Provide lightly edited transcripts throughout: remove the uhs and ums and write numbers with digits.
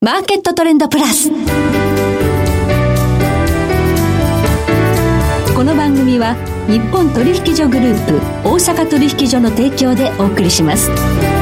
マーケットトレンドプラス。この番組は日本取引所グループ大阪取引所の提供でお送りします。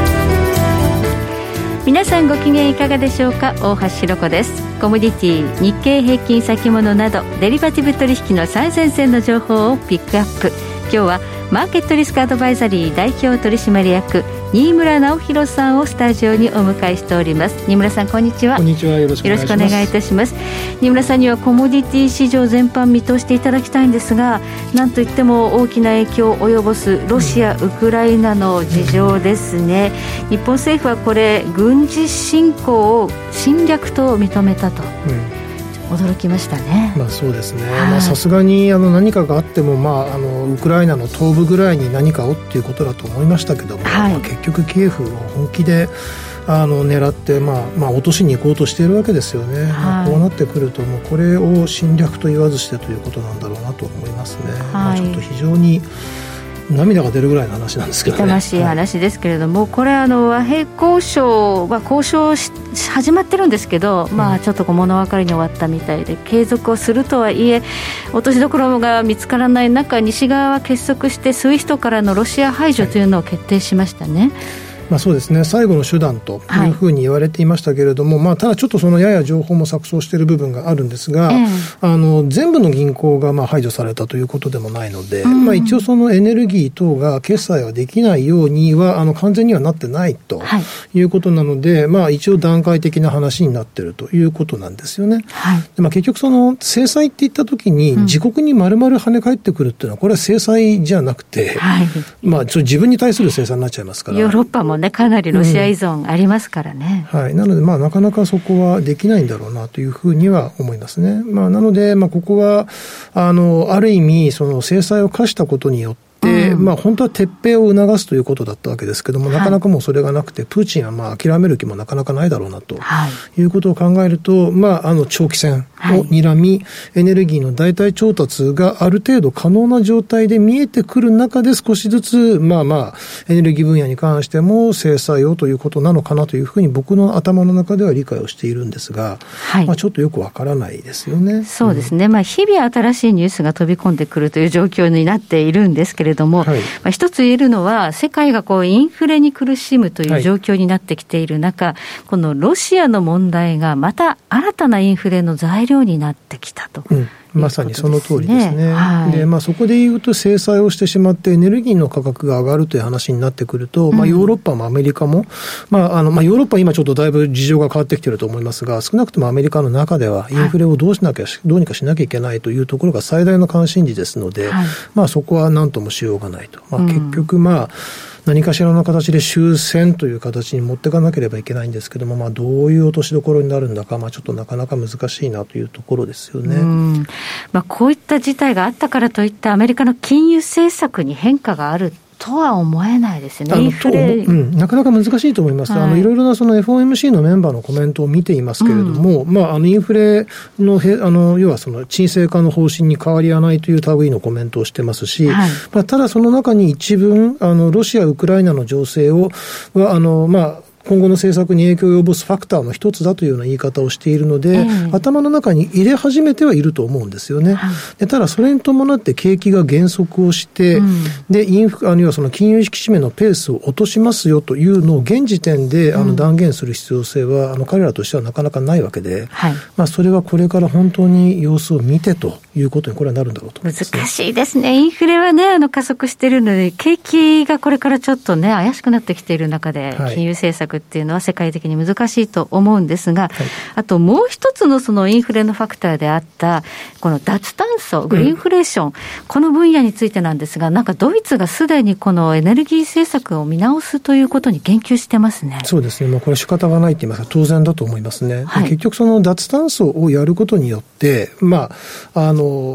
皆さんご機嫌いかがでしょうか。大橋ひろ子です。コモディティ、日経平均先物などデリバティブ取引の最前線の情報をピックアップ。今日はマーケットリスクアドバイザリー代表取締役新村直弘さんをスタジオにお迎えしております。新村さん、こんにちは。 こんにちは。よろしくお願いいたします。 新村さんにはコモディティ市場全般見通していただきたいんですが、なんといっても大きな影響を及ぼすロシア、ウクライナの事情ですね。日本政府はこれ軍事侵攻を侵略と認めたと、驚きましたね。 そうですね。さすがに何かがあっても、ウクライナの東部ぐらいに何かをっていうことだと思いましたけども、結局キエフを本気で狙って、落としに行こうとしているわけですよね。こうなってくるともうこれを侵略と言わずしてということなんだろうなと思いますね。ちょっと非常に涙が出るぐらいの話なんですけどね。 痛ましい話ですけれども、これ和平交渉は交渉始まってるんですけど、ちょっと物分かりに終わったみたいで、継続をするとはいえ落としどころが見つからない中、西側は結束してスイフトからのロシア排除というのを決定しましたね。 そうですね。最後の手段というふうに言われていましたけれども、ただちょっとそのやや情報も錯綜している部分があるんですが、全部の銀行が排除されたということでもないので、一応そのエネルギー等が決済はできないようには完全にはなってないということなので、一応段階的な話になっているということなんですよね。で結局その制裁っていったときに自国に丸々跳ね返ってくるっていうのは、これは制裁じゃなくて、自分に対する制裁になっちゃいますから。 ヨーロッパもかなりロシア依存ありますからね。 なのでなかなかそこはできないんだろうなというふうには思いますね。なのでここはある意味その制裁を科したことによって本当は撤兵を促すということだったわけですけども、なかなかもうそれがなくて、プーチンは諦める気もなかなかないだろうなということを考えると、長期戦を睨み、エネルギーの代替調達がある程度可能な状態で見えてくる中で、少しずつエネルギー分野に関しても制裁をということなのかなというふうに僕の頭の中では理解をしているんですが、ちょっとよくわからないですよね。 そうですね。日々新しいニュースが飛び込んでくるという状況になっているんですけれども、一つ言えるのは、世界がインフレに苦しむという状況になってきている中、このロシアの問題がまた新たなインフレの材料になってきたと。 まさにその通りですね。でそこで言うと、制裁をしてしまってエネルギーの価格が上がるという話になってくると、ヨーロッパもアメリカも、ヨーロッパは今ちょっとだいぶ事情が変わってきていると思いますが、少なくともアメリカの中ではインフレをどうにかしなきゃいけないというところが最大の関心事ですので、そこは何ともしようがないと。結局何かしらの形で終戦という形に持っていかなければいけないんですけども、どういう落としどころになるんだか、ちょっとなかなか難しいなというところですよね。 こういった事態があったからといってアメリカの金融政策に変化があるとは思えないですね。 なかなか難しいと思います。いろいろなその FOMC のメンバーのコメントを見ていますけれども、インフレの要はその沈静化の方針に変わりはないという類のコメントをしてますし、ただその中に一文ロシア・ウクライナの情勢を今後の政策に影響を及ぼすファクターの一つだというような言い方をしているので、頭の中に入れ始めてはいると思うんですよね。でただそれに伴って景気が減速をして、で要はその金融引き締めのペースを落としますよというのを現時点で断言する必要性は彼らとしてはなかなかないわけで、それはこれから本当に様子を見てということにこれはなるんだろうと思いますね。 難しいですね。インフレは加速しているので、景気がこれからちょっと怪しくなってきている中で、金融政策っていうのは世界的に難しいと思うんですが、あともう一つのそのインフレのファクターであったこの脱炭素、グリーンフレーション、この分野についてなんですが、ドイツがすでにこのエネルギー政策を見直すということに言及してますね。 そうですね。これ仕方がないと言いますか、当然だと思いますね。結局その脱炭素をやることによって、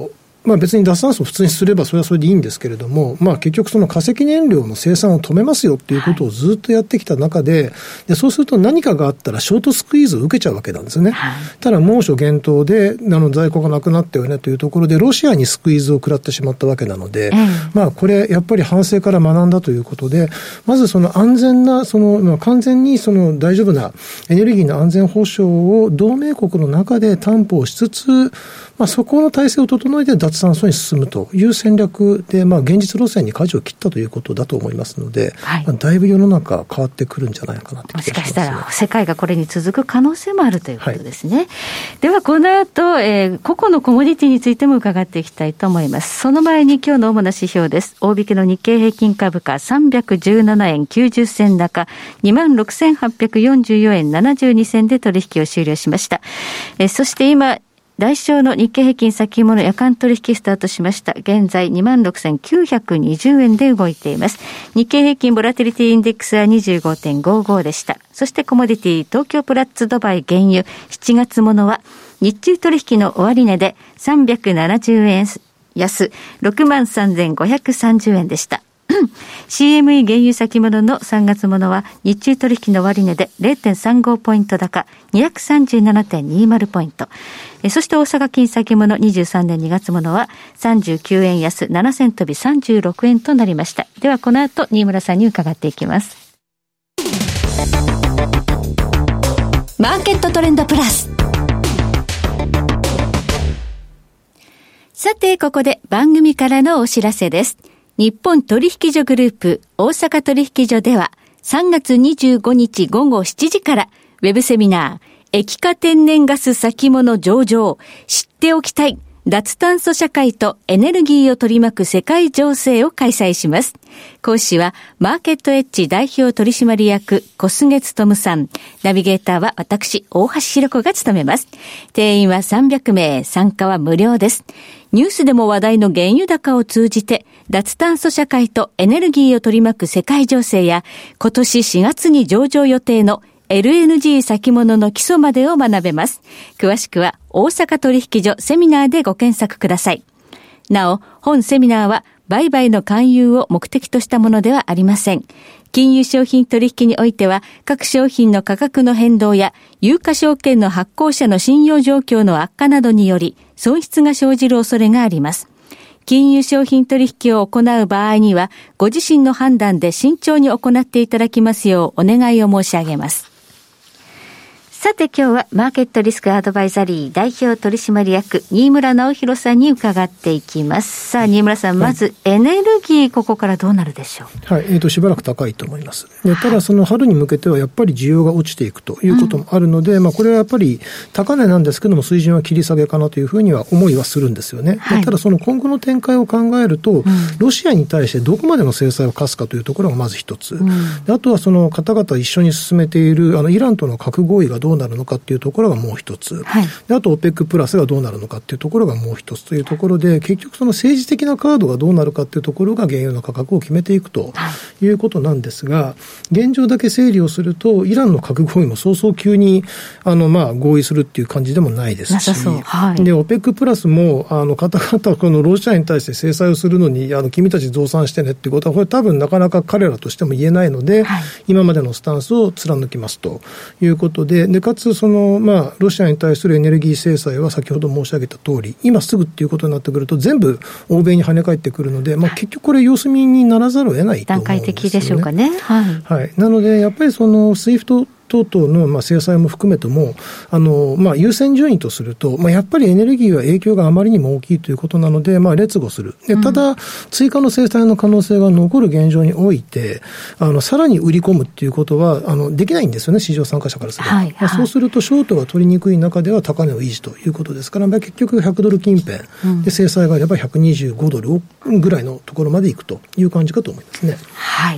別に脱炭素を普通にすればそれはそれでいいんですけれども、結局その化石燃料の生産を止めますよっていうことをずっとやってきた中で、そうすると何かがあったらショートスクイーズを受けちゃうわけなんですね。ただ猛暑厳冬で在庫がなくなったよねというところでロシアにスクイーズを食らってしまったわけなので、これやっぱり反省から学んだということで、まずその安全な完全にその大丈夫なエネルギーの安全保障を同盟国の中で担保しつつ、そこの体制を整えて脱炭素に進むという戦略で、現実路線に舵を切ったということだと思いますので、だいぶ世の中変わってくるんじゃないかなという気がしますね。もしかしたら世界がこれに続く可能性もあるということですね。 ではこの後、個々のコモディティについても伺っていきたいと思います。その前に今日の主な指標です。大引けの日経平均株価317円90銭高 26,844 円72銭で取引を終了しました。そして今来週の日経平均先物夜間取引スタートしました。現在 26,920 円で動いています。日経平均ボラティリティインデックスは 25.55 でした。そしてコモディティ東京プラッツドバイ原油7月ものは日中取引の終値で370円安 63,530 円でした。CME 原油先物の3月ものは日中取引の終値で 0.35 ポイント高 237.20 ポイント。そして大阪金先物23年2月ものは39円安7銭飛び36円となりました。ではこの後新村さんに伺っていきます。 マーケットトレンドプラス。さてここで番組からのお知らせです。日本取引所グループ大阪取引所では3月25日午後7時からウェブセミナー液化天然ガス先物上場知っておきたい脱炭素社会とエネルギーを取り巻く世界情勢を開催します。講師はマーケットエッジ代表取締役小菅勉さん。ナビゲーターは私大橋ひろ子が務めます。定員は300名、参加は無料です。ニュースでも話題の原油高を通じて脱炭素社会とエネルギーを取り巻く世界情勢や今年4月に上場予定のLNG 先物の基礎までを学べます。詳しくは大阪取引所セミナーでご検索ください。なお、本セミナーは売買の勧誘を目的としたものではありません。金融商品取引においては各商品の価格の変動や有価証券の発行者の信用状況の悪化などにより損失が生じる恐れがあります。金融商品取引を行う場合にはご自身の判断で慎重に行っていただきますようお願いを申し上げます。さて今日はマーケットリスクアドバイザリー代表取締役新村直弘さんに伺っていきます。さあ新村さん、まずエネルギーここからどうなるでしょう。 はい、しばらく高いと思います。でただその春に向けてはやっぱり需要が落ちていくということもあるので、これはやっぱり高値なんですけども水準は切り下げかなというふうには思いはするんですよね。ただその今後の展開を考えると、ロシアに対してどこまでの制裁を科すかというところがまず一つ、であとはその方々一緒に進めているイランとの核合意がどうなるのかっていうところがもう一つ、であと OPEC プラスがどうなるのかっていうところがもう一つというところで、結局その政治的なカードがどうなるかっていうところが原油の価格を決めていくということなんですが、現状だけ整理をするとイランの核合意もそうそう急に合意するっていう感じでもないですし、で OPEC プラスも方々このロシアに対して制裁をするのに君たち増産してねっていうことはこれ多分なかなか彼らとしても言えないので、今までのスタンスを貫きますということで、かつそのロシアに対するエネルギー制裁は先ほど申し上げた通り今すぐっていうことになってくると全部欧米に跳ね返ってくるので、結局これ様子見にならざるを得ないと思うんですよね。段階的でしょうかね。なのでやっぱりそのSWIFT等々の制裁も含めても優先順位とすると、やっぱりエネルギーは影響があまりにも大きいということなので、劣後する。でただ追加の制裁の可能性が残る現状においてさらに売り込むっていうことはできないんですよね、市場参加者からすれば。そうするとショートが取りにくい中では高値を維持ということですから、結局100ドル近辺で制裁があれば125ドルぐらいのところまでいくという感じかと思いますね。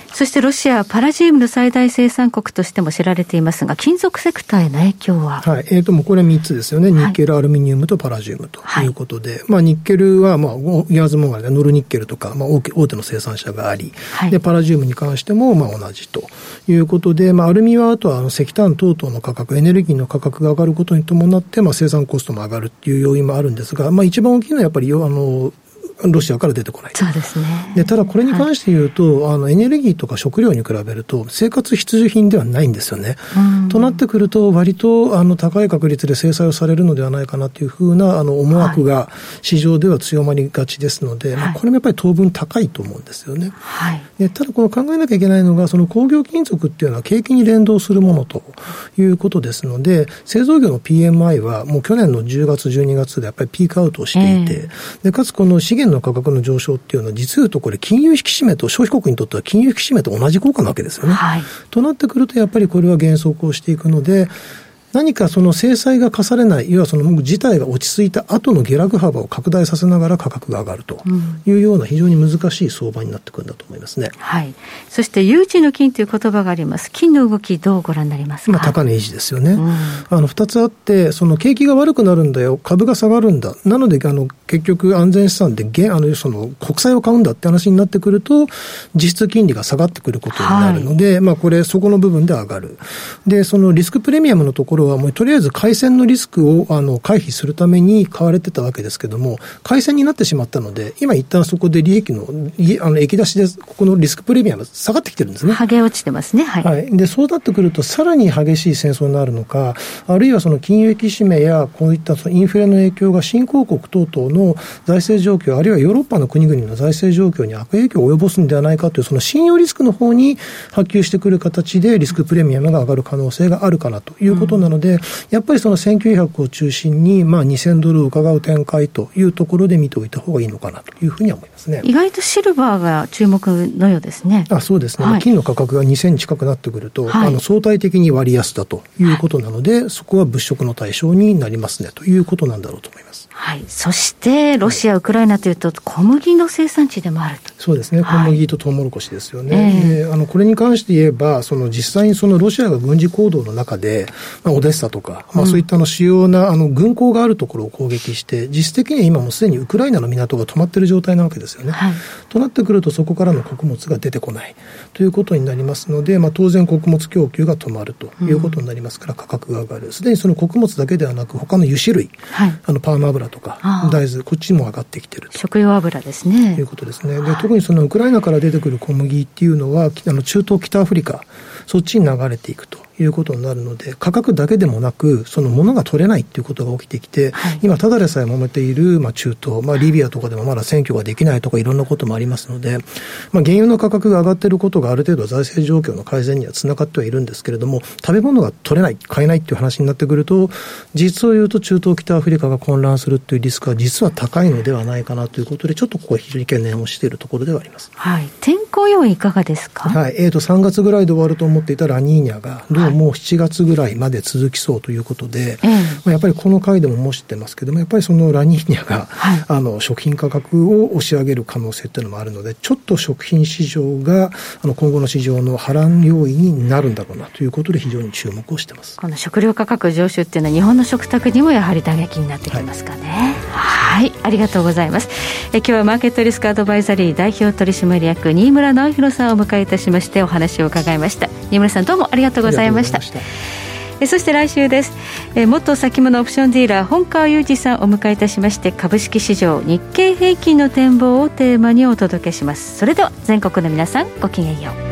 そしてロシアはパラジウムの最大生産国としても知られていますが、金属セクターへの影響は、 はい、もうこれ3つですよね。ニッケル、アルミニウムとパラジウムということで、ニッケルは、言わずもがなでノルニッケルとか、大手の生産者があり、でパラジウムに関しても同じということで、アルミはあとは石炭等々の価格、エネルギーの価格が上がることに伴って、生産コストも上がるっていう要因もあるんですが、一番大きいのはやっぱりロシアから出てこない。 そうですね。 で、ただこれに関して言うと、エネルギーとか食料に比べると生活必需品ではないんですよね。となってくると割と高い確率で制裁をされるのではないかなというふうな思惑が市場では強まりがちですので、これもやっぱり当分高いと思うんですよね。はい、でただこの考えなきゃいけないのが、その工業金属っていうのは景気に連動するものということですので、製造業の PMI はもう去年の10月12月でやっぱりピークアウトをしていて、でかつこの資源の価格の上昇っていうのは実を言うとこれ金融引き締めと消費国にとっては金融引き締めと同じ効果なわけですよね。はい、となってくるとやっぱりこれは減速をしていくので、何かその制裁が課されない、要はその事態が落ち着いた後の下落幅を拡大させながら価格が上がるというような非常に難しい相場になってくるんだと思いますね。 はい。そして有事の金という言葉があります。金の動きどうご覧になりますか？ 高値維持ですよね。2つあって、その景気が悪くなるんだよ、株が下がるんだ。なので結局安全資産でその国債を買うんだって話になってくると、実質金利が下がってくることになるので、これそこの部分で上がる。で、そのリスクプレミアムのところはもうとりあえず回線のリスクを回避するために買われてたわけですけども、回線になってしまったので、今一旦そこで利益の益出しでここのリスクプレミアム下がってきてるんですね。 剥げ落ちてますね。はい。 はい。で、そうなってくるとさらに激しい戦争になるのか、あるいはその金融引き締めやこういったそのインフレの影響が新興国等々の財政状況、あるいはヨーロッパの国々の財政状況に悪影響を及ぼすんではないかという、その信用リスクの方に波及してくる形でリスクプレミアムが上がる可能性があるかなということなので、やっぱりその1900を中心に2000ドルを伺う展開というところで見ておいた方がいいのかなというふうには思いますね。 意外とシルバーが注目のようですね。 そうですね。はい、金の価格が2000近くなってくると、相対的に割安だということなので、そこは物色の対象になりますねということなんだろうと思います。 はい。そしてロシア、ウクライナというと小麦の生産地でもあると。 そうですね。小麦とトウモロコシですよね。でこれに関して言えば、実際にそのロシアが軍事行動の中で、オデッサとか、そういった主要な軍港があるところを攻撃して、実質的には今もすでにウクライナの港が止まっている状態なわけですよね。はい、となってくるとそこからの穀物が出てこないということになりますので、当然穀物供給が止まるということになりますから、価格が上がる。すでにその穀物だけではなく他の油脂類、パーム油とか大豆、こっちも上がってきていると。 食用油ですね。 ということですね。で、特にそのウクライナから出てくる小麦っていうのは中東北アフリカ、そっちに流れていくということになるので、価格だけでもなくその物が取れないということが起きてきて、今ただでさえ揉めている中東、リビアとかでもまだ選挙ができないとかいろんなこともありますので、原油の価格が上がっていることがある程度財政状況の改善にはつながってはいるんですけれども、食べ物が取れない、買えないという話になってくると、実を言うと中東北アフリカが混乱するというリスクは実は高いのではないかなということで、ちょっとここは非常に懸念をしているところではあります。 はい。天候要因いかがですか？ はい。3月ぐらいで終わると思っていたラニーニャがどうも7月ぐらいまで続きそうということで、やっぱりこの回でも申してますけども、やっぱりそのラニーニャが、食品価格を押し上げる可能性というのもあるので、ちょっと食品市場が今後の市場の波乱要因になるんだろうなということで非常に注目をしてます。 この食料価格上昇っていうのは日本の食卓にもやはり打撃になってきますかね。はい、ありがとうございます。今日はマーケットリスクアドバイザリー代表取締役新村直弘さんをお迎えいたしましてお話を伺いました。新村さんどうもありがとうございました。そして来週です。元先物オプションディーラー本川雄二さんをお迎えいたしまして、株式市場日経平均の展望をテーマにお届けします。それでは全国の皆さんごきげんよう。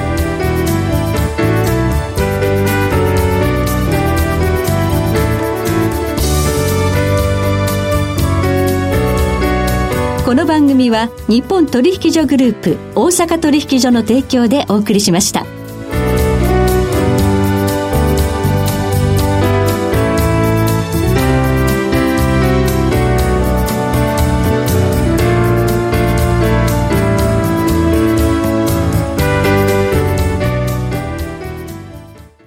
この番組は日本取引所グループ大阪取引所の提供でお送りしました。